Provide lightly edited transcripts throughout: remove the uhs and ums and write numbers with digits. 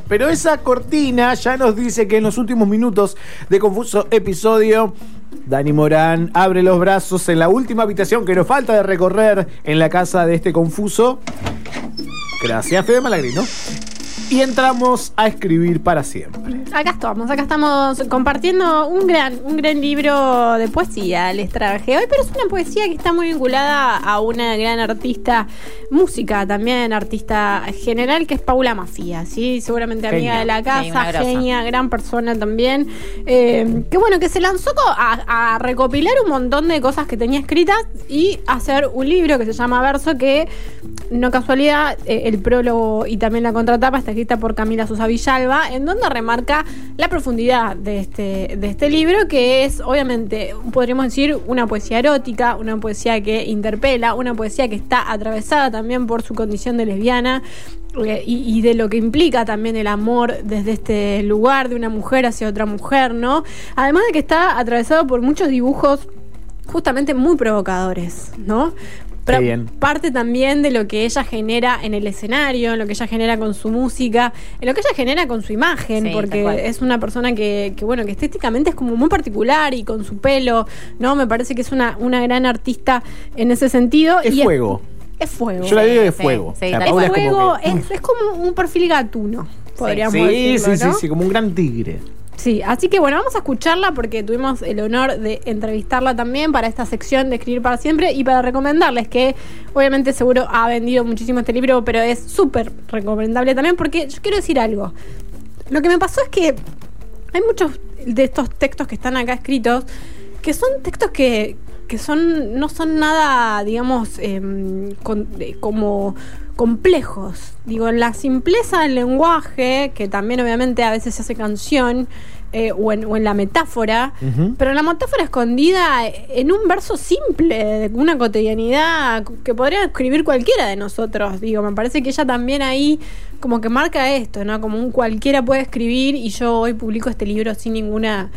Pero esa cortina ya nos dice que en los últimos minutos de Confuso Episodio, Dani Morán abre los brazos en la última habitación que nos falta de recorrer en la casa de este Confuso. Gracias, Fede Malagrino. Y entramos a escribir para siempre. Acá estamos compartiendo un gran libro de poesía. Les traje hoy, pero es una poesía que está muy vinculada a una gran artista, música también, artista general, que es Paula Maffia, ¿sí? Seguramente amiga de la casa, genia, gran persona también. Que bueno, que se lanzó a recopilar un montón de cosas que tenía escritas y hacer un libro que se llama Verso, que no casualidad, el prólogo y también la contratapa está escrita por Camila Sosa Villalba, en donde remarca la profundidad de este libro, que es, obviamente, podríamos decir, una poesía erótica, una poesía que interpela, una poesía que está atravesada también por su condición de lesbiana, y de lo que implica también el amor desde este lugar de una mujer hacia otra mujer, ¿no? Además de que está atravesado por muchos dibujos justamente muy provocadores, ¿no? Pero parte también de lo que ella genera en el escenario, en lo que ella genera con su música, en lo que ella genera con su imagen, porque es una persona que estéticamente es como muy particular, y con su pelo, ¿no? Me parece que es una gran artista en ese sentido. Es fuego. Es fuego. Yo la digo de fuego. Sí, es fuego, es como un perfil gatuno, podríamos decirlo, ¿no? Sí, como un gran tigre. Sí, así que bueno, vamos a escucharla porque tuvimos el honor de entrevistarla también para esta sección de Escribir para Siempre, y para recomendarles que obviamente seguro ha vendido muchísimo este libro, pero es súper recomendable también, porque yo quiero decir algo. Lo que me pasó es que hay muchos de estos textos que están acá escritos que son textos que no son nada, digamos, como complejos. Digo, la simpleza del lenguaje, que también obviamente a veces se hace canción, o en la metáfora, pero la metáfora escondida en un verso simple, de una cotidianidad que podría escribir cualquiera de nosotros. Digo, me parece que ella también ahí como que marca esto, ¿no? Como un cualquiera puede escribir, y yo hoy publico este libro sin ninguna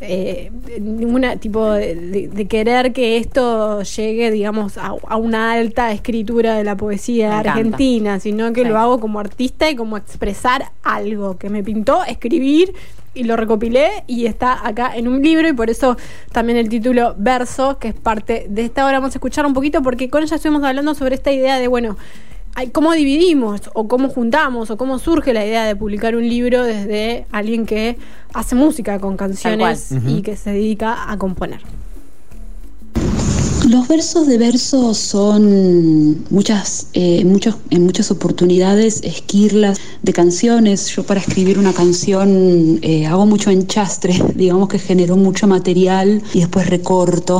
tipo de querer que esto llegue, digamos, a una alta escritura de la poesía argentina, sino que lo hago como artista y como expresar algo que me pintó escribir, y lo recopilé y está acá en un libro, y por eso también el título Verso, que es parte de esta hora. Vamos a escuchar un poquito, porque con ella estuvimos hablando sobre esta idea de, bueno, cómo dividimos o cómo juntamos o cómo surge la idea de publicar un libro desde alguien que hace música con canciones y que se dedica a componer. Los versos de Verso son en muchas oportunidades esquirlas de canciones. Yo, para escribir una canción, hago mucho enchastre, digamos que genero mucho material y después recorto,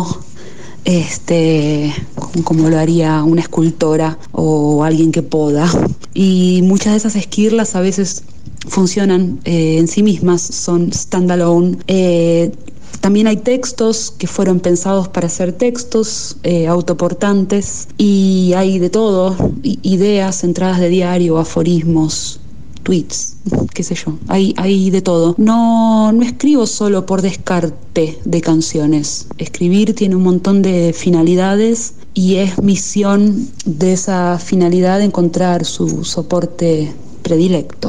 como lo haría una escultora o alguien que poda. Y muchas de esas esquirlas a veces funcionan en sí mismas, son standalone. También hay textos que fueron pensados para ser textos autoportantes, y hay de todo, ideas, entradas de diario, aforismos, tweets, qué sé yo, hay de todo. No escribo solo por descarte de canciones. Escribir tiene un montón de finalidades, y es misión de esa finalidad encontrar su soporte predilecto.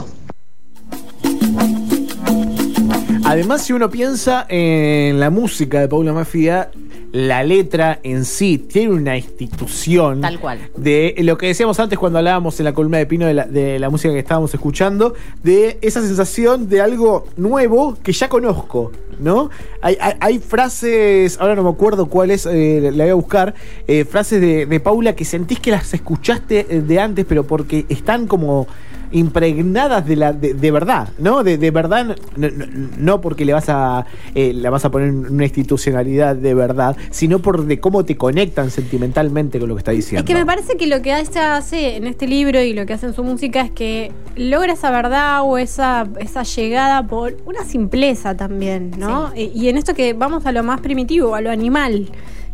Además, si uno piensa en la música de Paula Maffia, la letra en sí tiene una institución. Tal cual. De lo que decíamos antes cuando hablábamos en la columna de Pino de la música que estábamos escuchando, de esa sensación de algo nuevo que ya conozco, ¿no? Hay frases, ahora no me acuerdo cuáles, la voy a buscar, frases de Paula que sentís que las escuchaste de antes, pero porque están como impregnadas de verdad, ¿no? De verdad, no porque la vas a poner en una institucionalidad de verdad, sino de cómo te conectan sentimentalmente con lo que está diciendo. Es que me parece que lo que ella hace en este libro y lo que hace en su música es que logra esa verdad o esa llegada por una simpleza también, ¿no? Sí. Y en esto que vamos a lo más primitivo, a lo animal,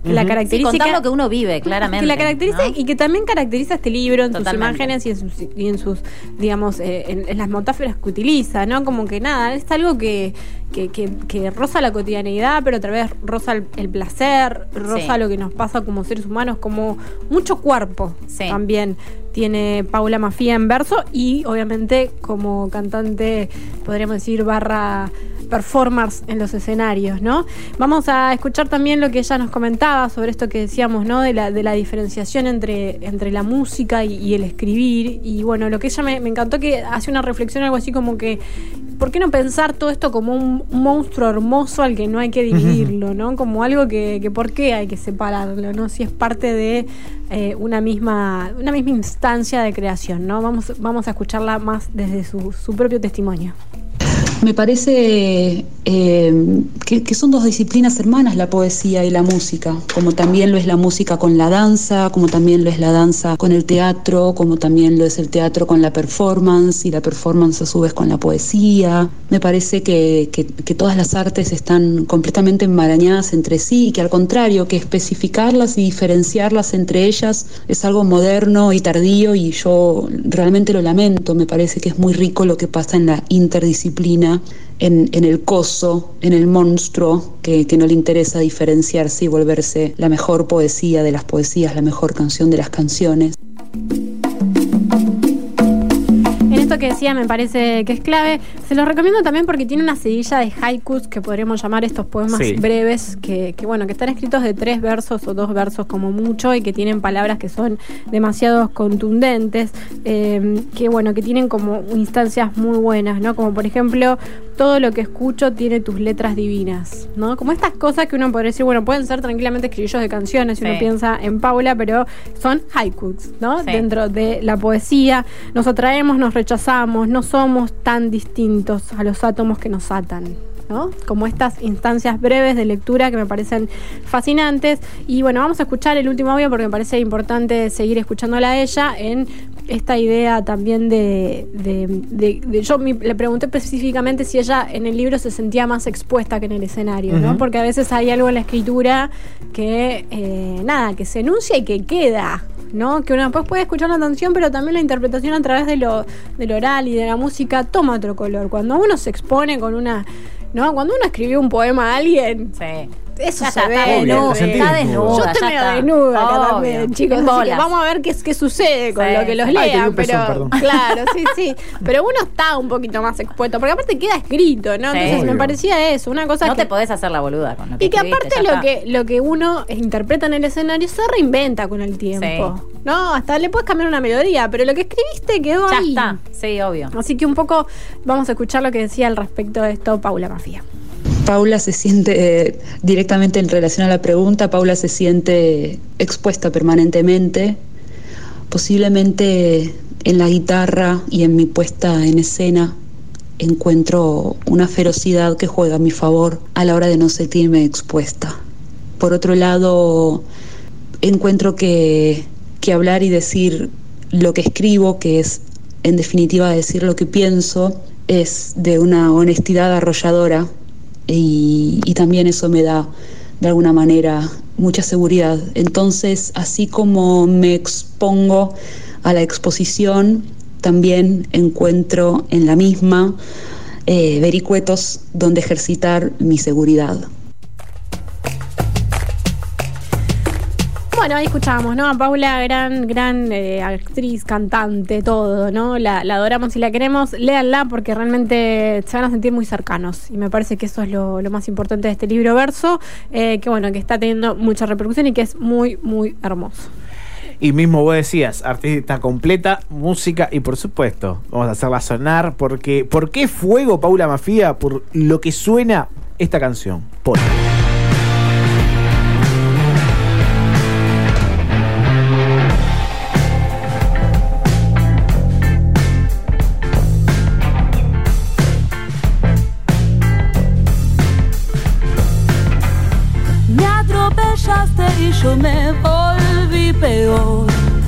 la caracteriza. Sí, contar lo que uno vive, claramente. Que la caracteriza, ¿no? Y que también caracteriza este libro en Totalmente. sus imágenes y en sus digamos, en las metáforas que utiliza, ¿no? Como que nada, es algo que roza la cotidianidad, pero otra vez roza el placer, roza lo que nos pasa como seres humanos, como mucho cuerpo también tiene Paula Maffia en verso, y obviamente como cantante, podríamos decir, barra performers en los escenarios, ¿no? Vamos a escuchar también lo que ella nos comentaba sobre esto que decíamos, ¿no? De la diferenciación entre la música y el escribir. Y bueno, lo que ella me encantó, que hace una reflexión, algo así como que ¿por qué no pensar todo esto como un monstruo hermoso al que no hay que dividirlo, ¿no? Como algo que ¿por qué hay que separarlo, ¿no? Si es parte de una misma instancia de creación, ¿no? Vamos a escucharla más desde su propio testimonio. Me parece que son dos disciplinas hermanas, la poesía y la música, como también lo es la música con la danza, como también lo es la danza con el teatro, como también lo es el teatro con la performance, y la performance a su vez con la poesía. Me parece que todas las artes están completamente enmarañadas entre sí, y que al contrario, que especificarlas y diferenciarlas entre ellas es algo moderno y tardío, y yo realmente lo lamento. Me parece que es muy rico lo que pasa en la interdisciplina, en el coso, en el monstruo, que no le interesa diferenciarse y volverse la mejor poesía de las poesías, la mejor canción de las canciones. Esto que decía me parece que es clave. Se los recomiendo también porque tiene una seguilla de haikus, que podríamos llamar estos poemas breves, que están escritos de 3 versos o 2 versos como mucho, y que tienen palabras que son demasiado contundentes, que tienen como instancias muy buenas, ¿no? Como por ejemplo, todo lo que escucho tiene tus letras divinas, ¿no? Como estas cosas que uno podría decir, pueden ser tranquilamente escribillos de canciones si uno piensa en Paula, pero son haikus, ¿no? Sí. Dentro de la poesía nos atraemos, nos rechazamos, no somos tan distintos a los átomos que nos atan, ¿no? Como estas instancias breves de lectura que me parecen fascinantes. Y vamos a escuchar el último audio porque me parece importante seguir escuchándola a ella en esta idea también yo le pregunté específicamente si ella en el libro se sentía más expuesta que en el escenario, ¿no? Porque a veces hay algo en la escritura que que se enuncia y que queda, ¿no? Que uno después puede escuchar la canción, pero también la interpretación a través del oral y de la música toma otro color. Cuando uno se expone con una, ¿no? Cuando uno escribió un poema a alguien, eso se ve, está desnuda. Yo estoy medio desnuda acá también, chicos. Así que vamos a ver qué sucede con lo que los lean. Pero claro, sí. Pero uno está un poquito más expuesto, porque aparte queda escrito, ¿no? Entonces me parecía eso, una cosa no te podés hacer la boluda con lo que escribiste, aparte lo que uno interpreta en el escenario se reinventa con el tiempo. No, hasta le puedes cambiar una melodía, pero lo que escribiste quedó ahí. Ya está, sí, obvio. Así que un poco vamos a escuchar lo que decía al respecto de esto Paula Maffia. Paula se siente, directamente en relación a la pregunta, Paula se siente expuesta permanentemente, posiblemente en la guitarra y en mi puesta en escena encuentro una ferocidad que juega a mi favor a la hora de no sentirme expuesta. Por otro lado, encuentro que hablar y decir lo que escribo, que es en definitiva decir lo que pienso, es de una honestidad arrolladora. Y también eso me da de alguna manera mucha seguridad. Entonces, así como me expongo a la exposición, también encuentro en la misma vericuetos donde ejercitar mi seguridad. Bueno, ahí escuchábamos, ¿no? A Paula, gran actriz, cantante, todo, ¿no? La adoramos y la queremos. Léanla porque realmente se van a sentir muy cercanos. Y me parece que eso es lo más importante de este libro verso, que está teniendo mucha repercusión y que es muy, muy hermoso. Y mismo vos decías, artista completa, música y por supuesto, vamos a hacerla sonar porque ¿por qué fuego Paula Maffia? Por lo que suena esta canción. Por y yo me volví peor.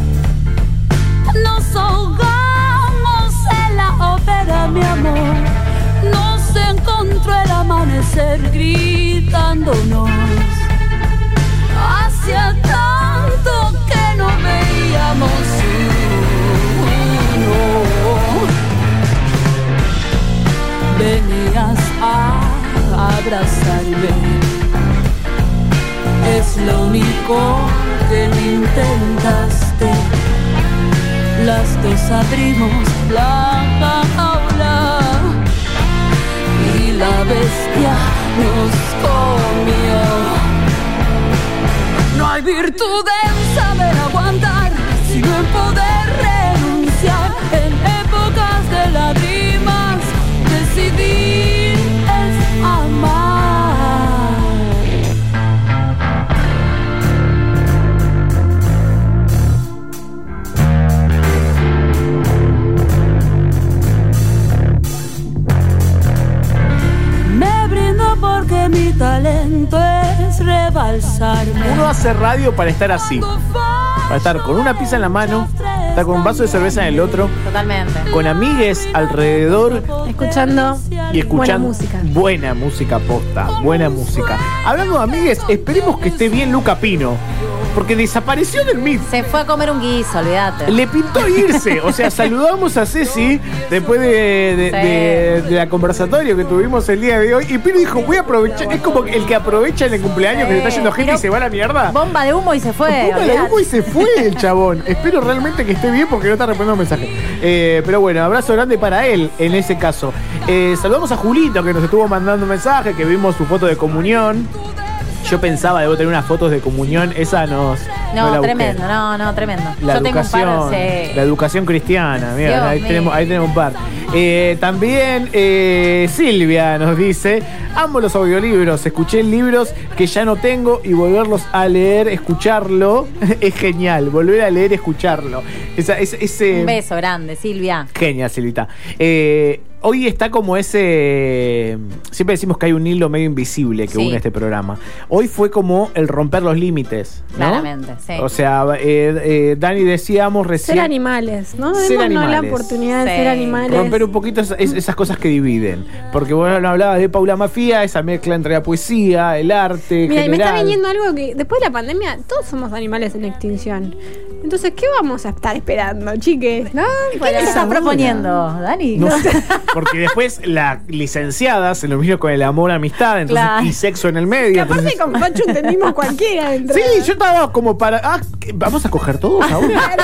Nos ahogamos en la ópera, mi amor. Nos encontró el amanecer gritándonos. hacía tanto que no veíamos uno. Venías a abrazarme, es lo único que intentaste. Las dos abrimos la jaula y la bestia nos comió. No hay virtud en saber aguantar, sino en poder renunciar. En épocas de lágrimas, decidir es amar. Me brindo porque mi talento es rebalsarme. Uno hace radio para estar así. Para estar con una pizza en la mano, estar con un vaso de cerveza en el otro, Totalmente. con amigues alrededor Escuchando y escuchando buena música. buena música posta, buena música. Hablando de amigues, esperemos que esté bien Luca Pino, porque desapareció del Meet. Se fue a comer un guiso, olvídate. Le pintó irse, o sea, saludamos a Ceci después de la conversatorio que tuvimos el día de hoy y Pino dijo, voy a aprovechar, es como el que aprovecha en el cumpleaños que le está yendo gente y se va a la mierda. Bomba de humo y se fue. Bomba de olvídate. humo y se fue el chabón. Espero realmente que esté bien porque no está respondiendo mensajes. Pero bueno, abrazo grande para él en ese caso. Saludamos a Julito que nos estuvo mandando un mensaje, que vimos su foto de comunión. Yo pensaba, debo tener unas fotos de comunión, esa no la busqué. Tremendo, tremendo. La Yo tengo un educación, par, sí. la educación cristiana, mira, Dios ahí mío. tenemos un par. También Silvia nos dice, amo los audiolibros, escuché libros que ya no tengo y volverlos a leer, escucharlo, es genial, volver a leer, escucharlo. Ese Un beso grande, Silvia. Genial, Silvita. Hoy está como ese... Siempre decimos que hay un hilo medio invisible que Sí. une este programa. Hoy fue como el romper los límites, ¿no? Claramente, sí. O sea, Dani decíamos recién... Ser animales, ¿no? Ser Démonos la animales. oportunidad de Sí. ser animales. Romper un poquito esas cosas que dividen. Porque vos hablabas de Paula Mafia, esa mezcla entre la poesía, el arte Mira, y me está general. viniendo algo que después de la pandemia todos somos animales en extinción. Entonces, ¿qué vamos a estar esperando, chiques? ¿No? ¿Qué Para- te estás proponiendo, Dani? No sé, porque después las licenciadas se lo mismo con el amor, amistad, entonces, Claro. y sexo en el medio. Que aparte entonces- con Pachu entendimos cualquiera dentro. Sí, yo estaba como para... ¿vamos a coger todos ahora?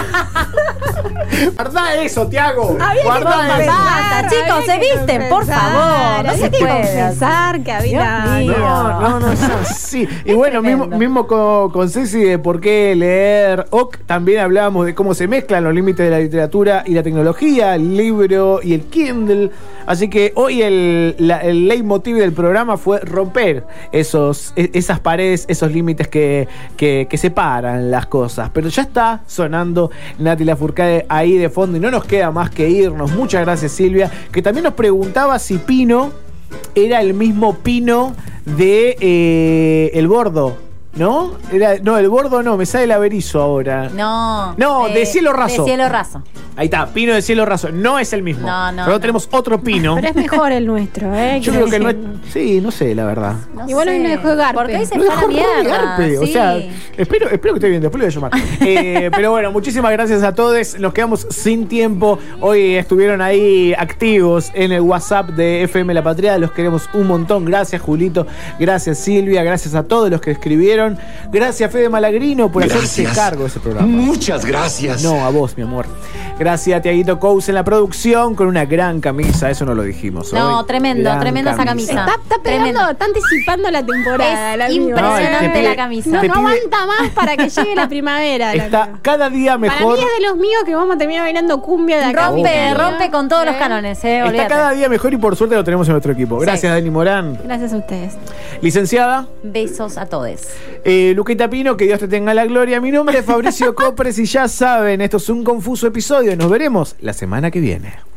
Guardá eso, Tiago. Había que Guardá confesar, eso. Basta, chicos, había se que visten, por confesar, favor, no había se que puede confesar que había... Dios mío. No, es así. Y bueno, tremendo. mismo con Ceci de por qué leer OC, también hablábamos de cómo se mezclan los límites de la literatura y la tecnología, el libro y el Kindle. Así que hoy el leitmotiv del programa fue romper esas paredes, esos límites que separan las cosas. Pero ya está sonando Nati Lafourcade ahí de fondo y no nos queda más que irnos. Muchas gracias, Silvia, que también nos preguntaba si Pino era el mismo Pino de El Bordo, ¿no? No, El Bordo no, me sale el Averizo ahora. No. No, de Cielo Raso. De Cielo Raso. Ahí está, Pino de Cielo Raso. No es el mismo. No, Nosotros tenemos otro Pino. Pero es mejor el nuestro, ¿eh? Yo Quiero creo que no es... decir. Sí, no sé, la verdad. No Igual sé. hoy lo dejó Garpe. Porque hoy se Lo fue a la dejó Romy mierda. Garpe, o Sí. sea, espero que esté bien, después lo voy a llamar. Pero bueno, muchísimas gracias a todos. Nos quedamos sin tiempo. Hoy estuvieron ahí activos en el WhatsApp de FM La Patria. Los queremos un montón. Gracias, Julito. Gracias, Silvia. Gracias a todos los que escribieron. Gracias, Fede Malagrino, por hacerse cargo de ese programa. Muchas gracias. No, a vos, mi amor. Gracias, Tiaguito Cous en la producción con una gran camisa. Eso no lo dijimos No, hoy. tremendo, Gran tremenda esa camisa. Está pegando, Tremendo. está anticipando la temporada. Es el amigo. impresionante No, te la pide- camisa. No, te no pide- aguanta más para que llegue la primavera. la Está amigo. cada día Para mejor. mí es de los míos que vamos a terminar bailando cumbia de acá. Rompe con todos los cánones, Está olvídate. cada día mejor y por suerte lo tenemos en nuestro equipo. Gracias, Dani Morán. Gracias a ustedes. Licenciada, Besos a todos. Luquita Pino, que Dios te tenga la gloria. Mi nombre es Fabricio Copres y ya saben, esto es un confuso episodio. Nos veremos la semana que viene.